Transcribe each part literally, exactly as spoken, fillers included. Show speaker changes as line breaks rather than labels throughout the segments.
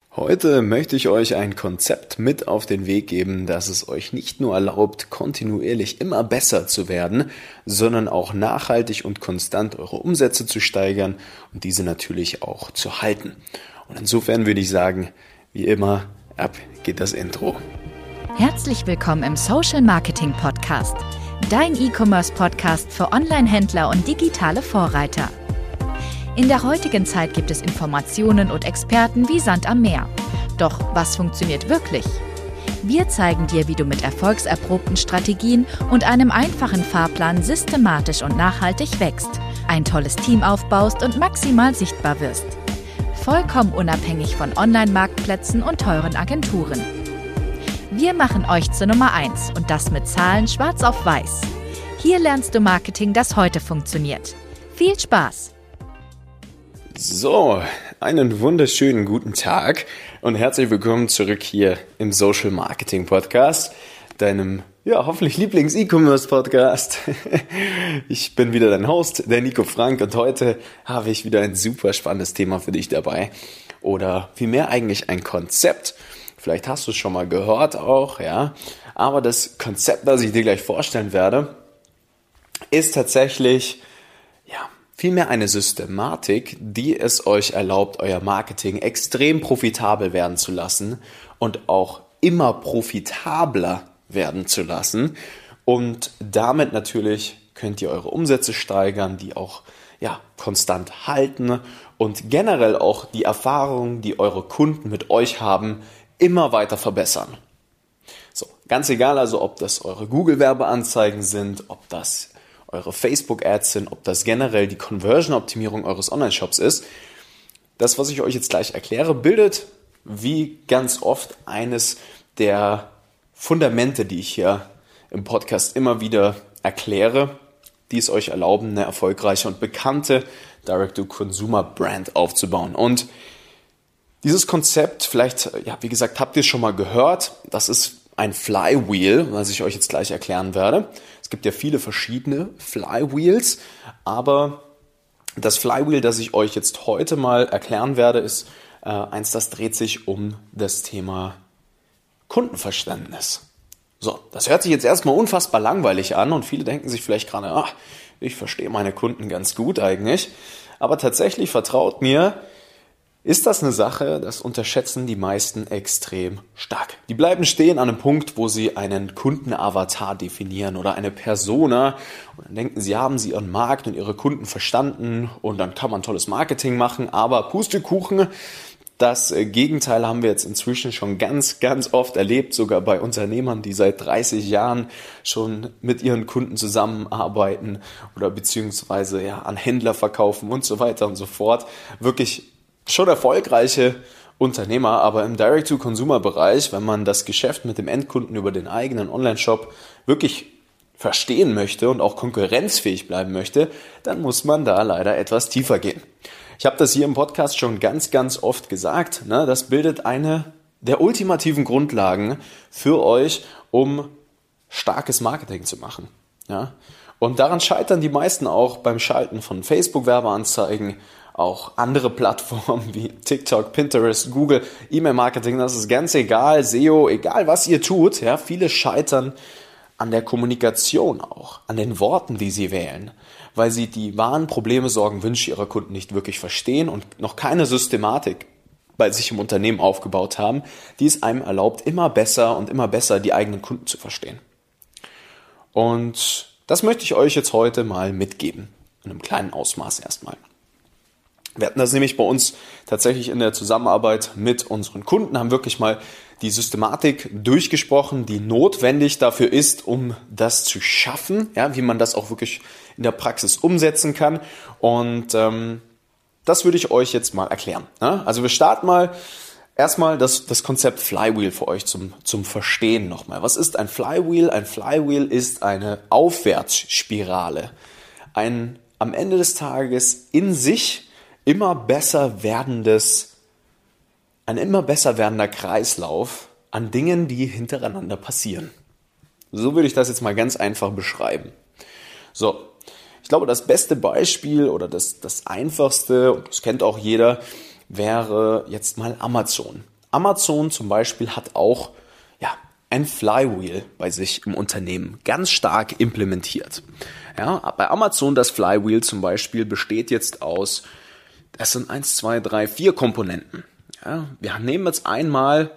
Heute möchte ich euch ein Konzept mit auf den Weg geben, das es euch nicht nur erlaubt, kontinuierlich immer besser zu werden, sondern auch nachhaltig und konstant eure Umsätze zu steigern und diese natürlich auch zu halten. Und insofern würde ich sagen, wie immer, ab geht das Intro.
Herzlich willkommen im Social Marketing Podcast, dein E-Commerce Podcast für Online-Händler und digitale Vorreiter. In der heutigen Zeit gibt es Informationen und Experten wie Sand am Meer. Doch was funktioniert wirklich? Wir zeigen dir, wie du mit erfolgserprobten Strategien und einem einfachen Fahrplan systematisch und nachhaltig wächst, ein tolles Team aufbaust und maximal sichtbar wirst. Vollkommen unabhängig von Online-Marktplätzen und teuren Agenturen. Wir machen euch zur Nummer eins und das mit Zahlen schwarz auf weiß. Hier lernst du Marketing, das heute funktioniert. Viel Spaß!
So, einen wunderschönen guten Tag und herzlich willkommen zurück hier im Social Marketing Podcast, deinem, ja, hoffentlich Lieblings-E-Commerce-Podcast. Ich bin wieder dein Host, der Nico Frank, und heute habe ich wieder ein super spannendes Thema für dich dabei. Oder vielmehr eigentlich ein Konzept. Vielleicht hast du es schon mal gehört auch, ja. Aber das Konzept, das ich dir gleich vorstellen werde, ist tatsächlich, ja, vielmehr eine Systematik, die es euch erlaubt, euer Marketing extrem profitabel werden zu lassen und auch immer profitabler werden zu lassen. Und damit natürlich könnt ihr eure Umsätze steigern, die auch ja, konstant halten und generell auch die Erfahrungen, die eure Kunden mit euch haben, immer weiter verbessern. So, ganz egal also, ob das eure Google-Werbeanzeigen sind, ob das eure Facebook-Ads sind, ob das generell die Conversion-Optimierung eures Online-Shops ist. Das, was ich euch jetzt gleich erkläre, bildet wie ganz oft eines der Fundamente, die ich hier im Podcast immer wieder erkläre, die es euch erlauben, eine erfolgreiche und bekannte Direct-to-Consumer-Brand aufzubauen. Und dieses Konzept, vielleicht, ja, wie gesagt, habt ihr es schon mal gehört, das ist ein Flywheel, was ich euch jetzt gleich erklären werde. Es gibt ja viele verschiedene Flywheels, aber das Flywheel, das ich euch jetzt heute mal erklären werde, ist äh, eins, das dreht sich um das Thema Kundenverständnis. So, das hört sich jetzt erstmal unfassbar langweilig an und viele denken sich vielleicht gerade, ach, ich verstehe meine Kunden ganz gut eigentlich, aber tatsächlich, vertraut mir, ist das eine Sache, das unterschätzen die meisten extrem stark. Die bleiben stehen an einem Punkt, wo sie einen Kundenavatar definieren oder eine Persona und dann denken sie, haben sie ihren Markt und ihre Kunden verstanden und dann kann man tolles Marketing machen, aber Pustekuchen, das Gegenteil haben wir jetzt inzwischen schon ganz, ganz oft erlebt, sogar bei Unternehmern, die seit dreißig Jahren schon mit ihren Kunden zusammenarbeiten oder beziehungsweise ja an Händler verkaufen und so weiter und so fort. Wirklich schon erfolgreiche Unternehmer, aber im Direct-to-Consumer-Bereich, wenn man das Geschäft mit dem Endkunden über den eigenen Online-Shop wirklich verstehen möchte und auch konkurrenzfähig bleiben möchte, dann muss man da leider etwas tiefer gehen. Ich habe das hier im Podcast schon ganz, ganz oft gesagt, ne? Das bildet eine der ultimativen Grundlagen für euch, um starkes Marketing zu machen. Ja? Und daran scheitern die meisten auch beim Schalten von Facebook-Werbeanzeigen, auch andere Plattformen wie TikTok, Pinterest, Google, E-Mail-Marketing, das ist ganz egal, S E O, egal was ihr tut, ja, viele scheitern an der Kommunikation auch, an den Worten, die sie wählen, weil sie die wahren Probleme, Sorgen, Wünsche ihrer Kunden nicht wirklich verstehen und noch keine Systematik bei sich im Unternehmen aufgebaut haben, die es einem erlaubt, immer besser und immer besser die eigenen Kunden zu verstehen. Und das möchte ich euch jetzt heute mal mitgeben, in einem kleinen Ausmaß erstmal. Wir hatten das nämlich bei uns tatsächlich in der Zusammenarbeit mit unseren Kunden, haben wirklich mal die Systematik durchgesprochen, die notwendig dafür ist, um das zu schaffen, ja, wie man das auch wirklich in der Praxis umsetzen kann. Und ähm, das würde ich euch jetzt mal erklären. Ja? Also wir starten mal erstmal das, das Konzept Flywheel für euch zum, zum Verstehen nochmal. Was ist ein Flywheel? Ein Flywheel ist eine Aufwärtsspirale. Ein am Ende des Tages in sich immer besser werdendes, ein immer besser werdender Kreislauf an Dingen, die hintereinander passieren. So würde ich das jetzt mal ganz einfach beschreiben. So, ich glaube, das beste Beispiel oder das, das einfachste, und das kennt auch jeder, wäre jetzt mal Amazon. Amazon zum Beispiel hat auch ja, ein Flywheel bei sich im Unternehmen ganz stark implementiert. Ja, bei Amazon das Flywheel zum Beispiel besteht jetzt aus, das sind eins, zwei, drei, vier Komponenten. Ja, wir nehmen jetzt einmal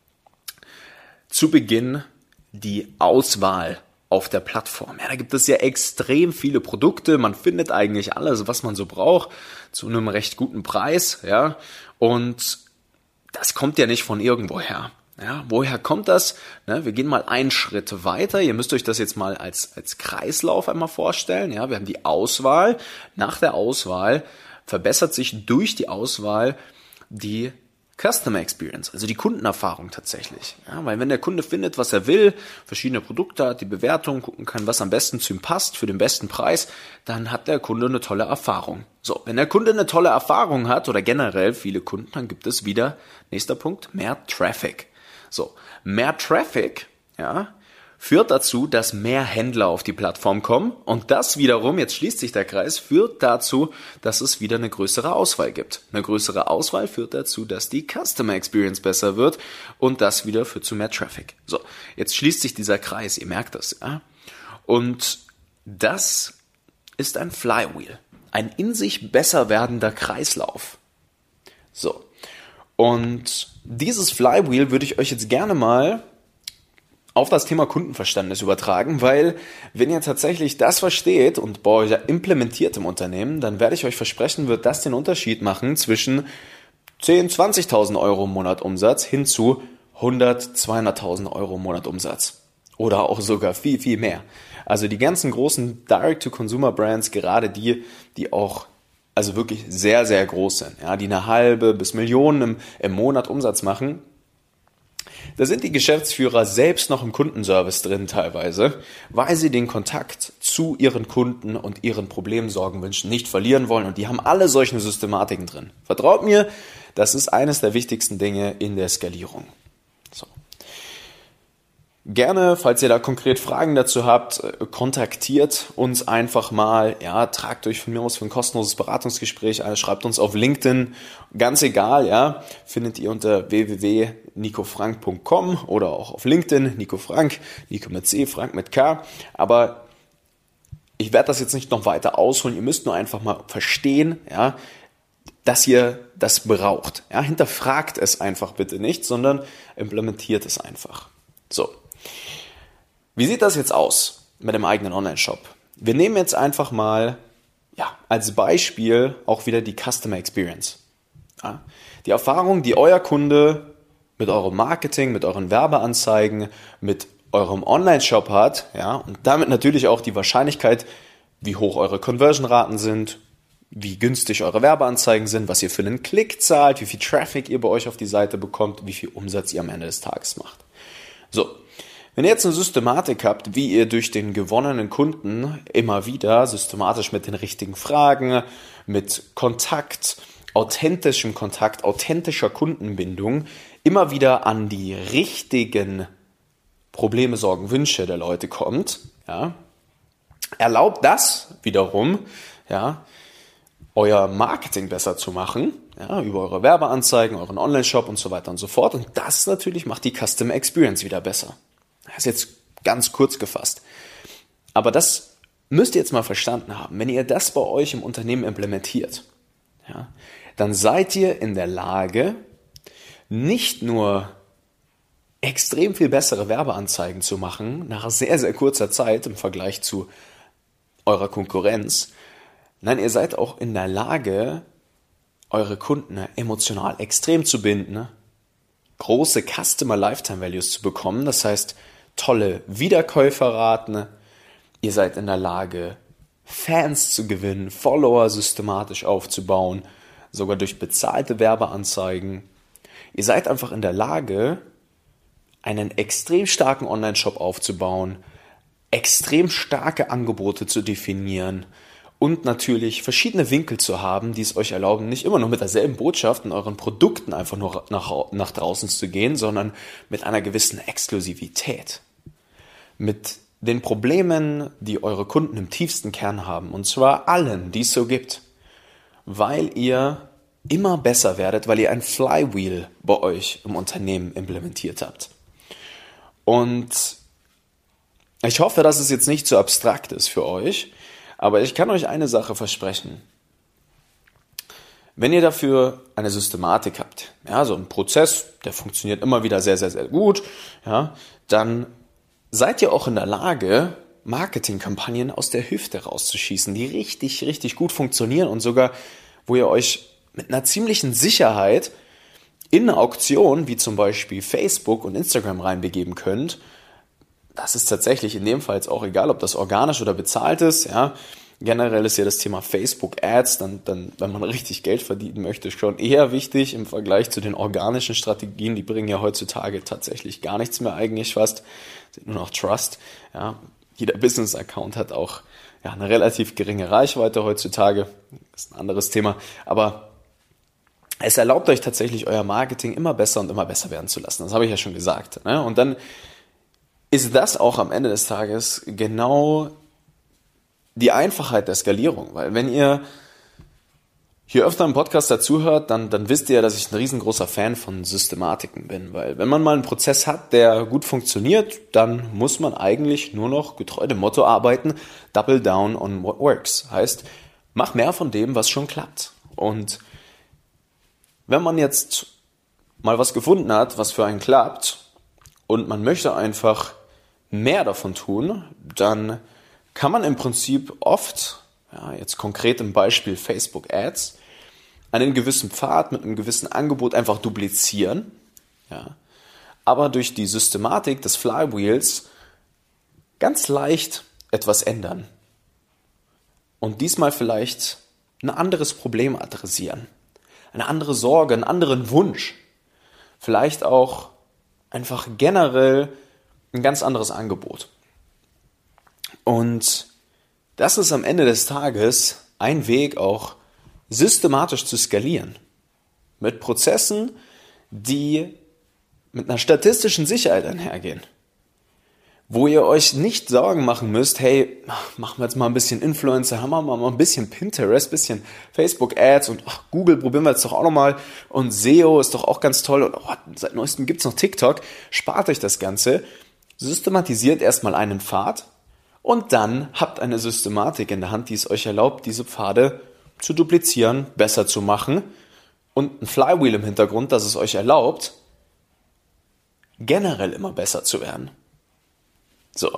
zu Beginn die Auswahl auf der Plattform. Ja, da gibt es ja extrem viele Produkte. Man findet eigentlich alles, was man so braucht, zu einem recht guten Preis. Ja, und das kommt ja nicht von irgendwoher. Ja, woher kommt das? Ne, wir gehen mal einen Schritt weiter. Ihr müsst euch das jetzt mal als, als Kreislauf einmal vorstellen. Ja, wir haben die Auswahl. Nach der Auswahl verbessert sich durch die Auswahl die Customer Experience, also die Kundenerfahrung tatsächlich. Ja, weil wenn der Kunde findet, was er will, verschiedene Produkte hat, die Bewertung, gucken kann, was am besten zu ihm passt, für den besten Preis, dann hat der Kunde eine tolle Erfahrung. So, wenn der Kunde eine tolle Erfahrung hat oder generell viele Kunden, dann gibt es wieder, nächster Punkt, mehr Traffic. So, mehr Traffic, ja, führt dazu, dass mehr Händler auf die Plattform kommen und das wiederum, jetzt schließt sich der Kreis, führt dazu, dass es wieder eine größere Auswahl gibt. Eine größere Auswahl führt dazu, dass die Customer Experience besser wird und das wieder führt zu mehr Traffic. So, jetzt schließt sich dieser Kreis, ihr merkt das, ja? Und das ist ein Flywheel, ein in sich besser werdender Kreislauf. So, und dieses Flywheel würde ich euch jetzt gerne mal auf das Thema Kundenverständnis übertragen, weil wenn ihr tatsächlich das versteht und bei euch implementiert im Unternehmen, dann werde ich euch versprechen, wird das den Unterschied machen zwischen zehntausend, zwanzigtausend Euro im Monat Umsatz hin zu hundert, zweihunderttausend Euro im Monat Umsatz. Oder auch sogar viel, viel mehr. Also die ganzen großen Direct-to-Consumer-Brands, gerade die, die auch also wirklich sehr, sehr groß sind, ja, die eine halbe bis Millionen im, im Monat Umsatz machen, da sind die Geschäftsführer selbst noch im Kundenservice drin teilweise, weil sie den Kontakt zu ihren Kunden und ihren Problemen, Sorgen, Wünschen nicht verlieren wollen. Und die haben alle solche Systematiken drin. Vertraut mir, das ist eines der wichtigsten Dinge in der Skalierung. So. Gerne, falls ihr da konkret Fragen dazu habt, kontaktiert uns einfach mal. Ja, tragt euch von mir aus für ein kostenloses Beratungsgespräch ein, schreibt uns auf LinkedIn. Ganz egal, ja, findet ihr unter w w w punkt nico frank punkt com oder auch auf LinkedIn, Nico Frank, Nico mit C, Frank mit K. Aber ich werde das jetzt nicht noch weiter ausholen. Ihr müsst nur einfach mal verstehen, ja, dass ihr das braucht. Ja, hinterfragt es einfach bitte nicht, sondern implementiert es einfach. So. Wie sieht das jetzt aus mit dem eigenen Online-Shop? Wir nehmen jetzt einfach mal ja, als Beispiel auch wieder die Customer Experience. Ja, die Erfahrung, die euer Kunde mit eurem Marketing, mit euren Werbeanzeigen, mit eurem Online-Shop hat, ja, und damit natürlich auch die Wahrscheinlichkeit, wie hoch eure Conversion-Raten sind, wie günstig eure Werbeanzeigen sind, was ihr für einen Klick zahlt, wie viel Traffic ihr bei euch auf die Seite bekommt, wie viel Umsatz ihr am Ende des Tages macht. So. Wenn ihr jetzt eine Systematik habt, wie ihr durch den gewonnenen Kunden immer wieder systematisch mit den richtigen Fragen, mit Kontakt, authentischem Kontakt, authentischer Kundenbindung immer wieder an die richtigen Probleme, Sorgen, Wünsche der Leute kommt, ja, erlaubt das wiederum, ja, euer Marketing besser zu machen, ja, über eure Werbeanzeigen, euren Online-Shop und so weiter und so fort. Und das natürlich macht die Customer Experience wieder besser. Das ist jetzt ganz kurz gefasst. Aber das müsst ihr jetzt mal verstanden haben. Wenn ihr das bei euch im Unternehmen implementiert, ja, dann seid ihr in der Lage, nicht nur extrem viel bessere Werbeanzeigen zu machen, nach sehr, sehr kurzer Zeit im Vergleich zu eurer Konkurrenz. Nein, ihr seid auch in der Lage, eure Kunden emotional extrem zu binden, große Customer Lifetime Values zu bekommen, das heißt tolle Wiederkäuferraten. Ihr seid in der Lage, Fans zu gewinnen, Follower systematisch aufzubauen, sogar durch bezahlte Werbeanzeigen. Ihr seid einfach in der Lage, einen extrem starken Online-Shop aufzubauen, extrem starke Angebote zu definieren und natürlich verschiedene Winkel zu haben, die es euch erlauben, nicht immer nur mit derselben Botschaft in euren Produkten einfach nur nach, nach draußen zu gehen, sondern mit einer gewissen Exklusivität. Mit den Problemen, die eure Kunden im tiefsten Kern haben, und zwar allen, die es so gibt, weil ihr immer besser werdet, weil ihr ein Flywheel bei euch im Unternehmen implementiert habt. Und ich hoffe, dass es jetzt nicht zu abstrakt ist für euch, aber ich kann euch eine Sache versprechen. Wenn ihr dafür eine Systematik habt, ja, so ein Prozess, der funktioniert immer wieder sehr, sehr, sehr gut, ja, dann seid ihr auch in der Lage, Marketingkampagnen aus der Hüfte rauszuschießen, die richtig, richtig gut funktionieren und sogar, wo ihr euch mit einer ziemlichen Sicherheit in eine Auktion, wie zum Beispiel Facebook und Instagram reinbegeben könnt. Das ist tatsächlich in dem Fall jetzt auch egal, ob das organisch oder bezahlt ist, ja. Generell ist ja das Thema Facebook-Ads, dann, dann, wenn man richtig Geld verdienen möchte, schon eher wichtig im Vergleich zu den organischen Strategien. Die bringen ja heutzutage tatsächlich gar nichts mehr eigentlich fast, sind nur noch Trust. Ja. Jeder Business-Account hat auch ja, eine relativ geringe Reichweite heutzutage. Das ist ein anderes Thema. Aber es erlaubt euch tatsächlich, euer Marketing immer besser und immer besser werden zu lassen. Das habe ich ja schon gesagt. Ne? Und dann ist das auch am Ende des Tages genau die Einfachheit der Skalierung, weil wenn ihr hier öfter im Podcast dazuhört, dann, dann wisst ihr ja, dass ich ein riesengroßer Fan von Systematiken bin, weil wenn man mal einen Prozess hat, der gut funktioniert, dann muss man eigentlich nur noch getreu dem Motto arbeiten, double down on what works. Heißt, mach mehr von dem, was schon klappt. Und wenn man jetzt mal was gefunden hat, was für einen klappt und man möchte einfach mehr davon tun, dann kann man im Prinzip oft, ja, jetzt konkret im Beispiel Facebook Ads, einen gewissen Pfad mit einem gewissen Angebot einfach duplizieren, ja, aber durch die Systematik des Flywheels ganz leicht etwas ändern und diesmal vielleicht ein anderes Problem adressieren, eine andere Sorge, einen anderen Wunsch, vielleicht auch einfach generell ein ganz anderes Angebot. Und das ist am Ende des Tages ein Weg, auch systematisch zu skalieren. Mit Prozessen, die mit einer statistischen Sicherheit einhergehen. Wo ihr euch nicht Sorgen machen müsst, hey, machen wir jetzt mal ein bisschen Influencer, haben wir mal ein bisschen Pinterest, ein bisschen Facebook-Ads und ach, Google probieren wir jetzt doch auch nochmal und S E O ist doch auch ganz toll und oh, seit neuestem gibt es noch TikTok. Spart euch das Ganze, systematisiert erstmal einen Pfad und dann habt eine Systematik in der Hand, die es euch erlaubt, diese Pfade zu duplizieren, besser zu machen und ein Flywheel im Hintergrund, das es euch erlaubt, generell immer besser zu werden. So.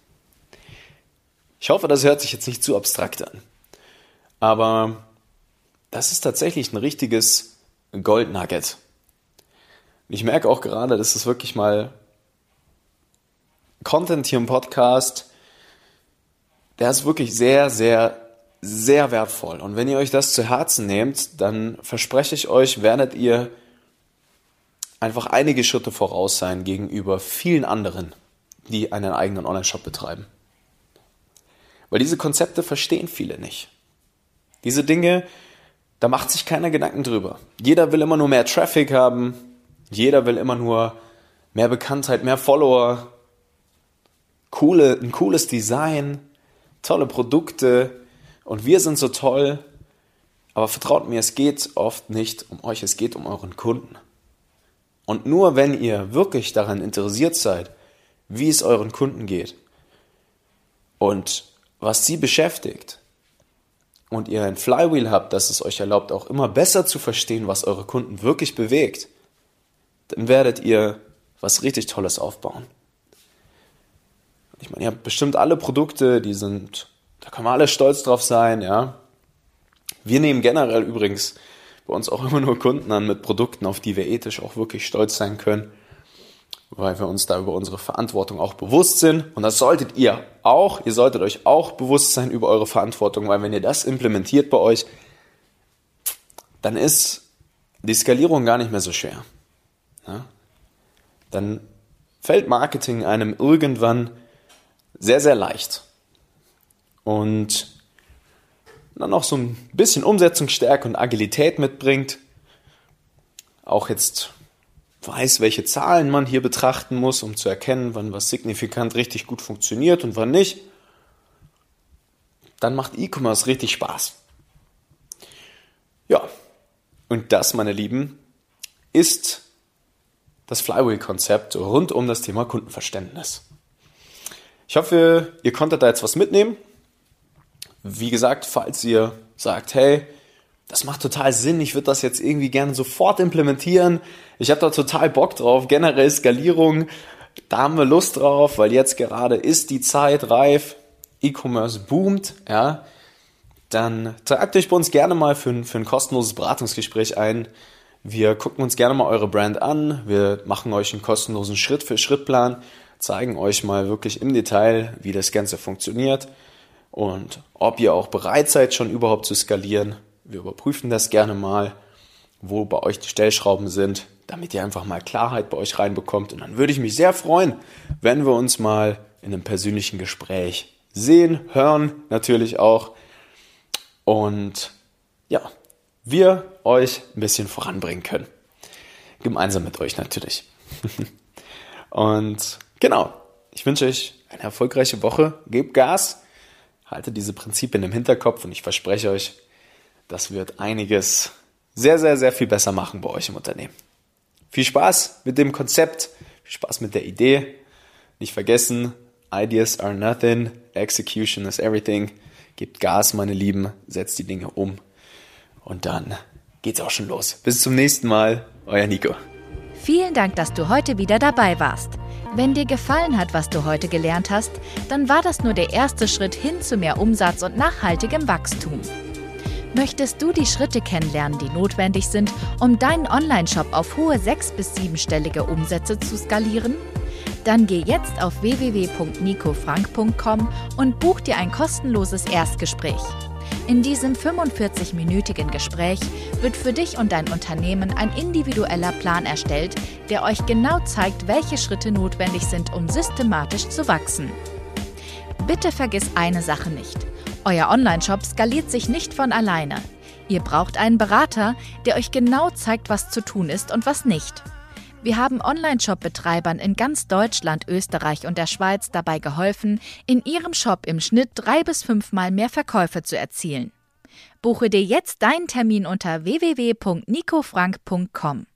Ich hoffe, das hört sich jetzt nicht zu abstrakt an. Aber das ist tatsächlich ein richtiges Goldnugget. Ich merke auch gerade, das ist wirklich mal Content hier im Podcast, der ist wirklich sehr, sehr, sehr wertvoll. Und wenn ihr euch das zu Herzen nehmt, dann verspreche ich euch, werdet ihr einfach einige Schritte voraus sein gegenüber vielen anderen, die einen eigenen Online-Shop betreiben. Weil diese Konzepte verstehen viele nicht. Diese Dinge, da macht sich keiner Gedanken drüber. Jeder will immer nur mehr Traffic haben, jeder will immer nur mehr Bekanntheit, mehr Follower, coole, ein cooles Design, tolle Produkte und wir sind so toll. Aber vertraut mir, es geht oft nicht um euch, es geht um euren Kunden. Und nur wenn ihr wirklich daran interessiert seid, wie es euren Kunden geht und was sie beschäftigt und ihr ein Flywheel habt, das es euch erlaubt, auch immer besser zu verstehen, was eure Kunden wirklich bewegt, dann werdet ihr was richtig Tolles aufbauen. Ich meine, ihr habt bestimmt alle Produkte, die sind, da können wir alle stolz drauf sein, ja. Wir nehmen generell übrigens bei uns auch immer nur Kunden an mit Produkten, auf die wir ethisch auch wirklich stolz sein können, weil wir uns da über unsere Verantwortung auch bewusst sind. Und das solltet ihr auch. Ihr solltet euch auch bewusst sein über eure Verantwortung, weil wenn ihr das implementiert bei euch, dann ist die Skalierung gar nicht mehr so schwer. Ja? Dann fällt Marketing einem irgendwann sehr, sehr leicht. Und dann noch so ein bisschen Umsetzungsstärke und Agilität mitbringt. Auch jetzt weiß, welche Zahlen man hier betrachten muss, um zu erkennen, wann was signifikant richtig gut funktioniert und wann nicht. Dann macht E-Commerce richtig Spaß. Ja, Und das, meine Lieben, ist das Flywheel-Konzept rund um das Thema Kundenverständnis. Ich hoffe, ihr konntet da jetzt was mitnehmen. Wie gesagt, falls ihr sagt, hey, das macht total Sinn, ich würde das jetzt irgendwie gerne sofort implementieren, ich habe da total Bock drauf, generell Skalierung, da haben wir Lust drauf, weil jetzt gerade ist die Zeit reif, E-Commerce boomt, ja, dann tragt euch bei uns gerne mal für ein, für ein kostenloses Beratungsgespräch ein. Wir gucken uns gerne mal eure Brand an, wir machen euch einen kostenlosen Schritt-für-Schritt-Plan, zeigen euch mal wirklich im Detail, wie das Ganze funktioniert und ob ihr auch bereit seid, schon überhaupt zu skalieren. Wir überprüfen das gerne mal, wo bei euch die Stellschrauben sind, damit ihr einfach mal Klarheit bei euch reinbekommt. Und dann würde ich mich sehr freuen, wenn wir uns mal in einem persönlichen Gespräch sehen, hören natürlich auch. Und ja, wir euch ein bisschen voranbringen können. Gemeinsam mit euch natürlich. Und genau, ich wünsche euch eine erfolgreiche Woche. Gebt Gas, haltet diese Prinzipien im Hinterkopf und ich verspreche euch, das wird einiges sehr, sehr, sehr viel besser machen bei euch im Unternehmen. Viel Spaß mit dem Konzept, viel Spaß mit der Idee. Nicht vergessen, Ideas are nothing, execution is everything. Gebt Gas, meine Lieben, setzt die Dinge um und dann geht's auch schon los. Bis zum nächsten Mal, euer Nico.
Vielen Dank, dass du heute wieder dabei warst. Wenn dir gefallen hat, was du heute gelernt hast, dann war das nur der erste Schritt hin zu mehr Umsatz und nachhaltigem Wachstum. Möchtest du die Schritte kennenlernen, die notwendig sind, um deinen Online-Shop auf hohe sechs- bis siebenstellige Umsätze zu skalieren? Dann geh jetzt auf w w w punkt nico frank punkt com und buch dir ein kostenloses Erstgespräch. In diesem fünfundvierzig-minütigen Gespräch wird für dich und dein Unternehmen ein individueller Plan erstellt, der euch genau zeigt, welche Schritte notwendig sind, um systematisch zu wachsen. Bitte vergiss eine Sache nicht. Euer Online-Shop skaliert sich nicht von alleine. Ihr braucht einen Berater, der euch genau zeigt, was zu tun ist und was nicht. Wir haben Online-Shop-Betreibern in ganz Deutschland, Österreich und der Schweiz dabei geholfen, in ihrem Shop im Schnitt drei bis fünfmal mehr Verkäufe zu erzielen. Buche dir jetzt deinen Termin unter w w w punkt nico frank punkt com.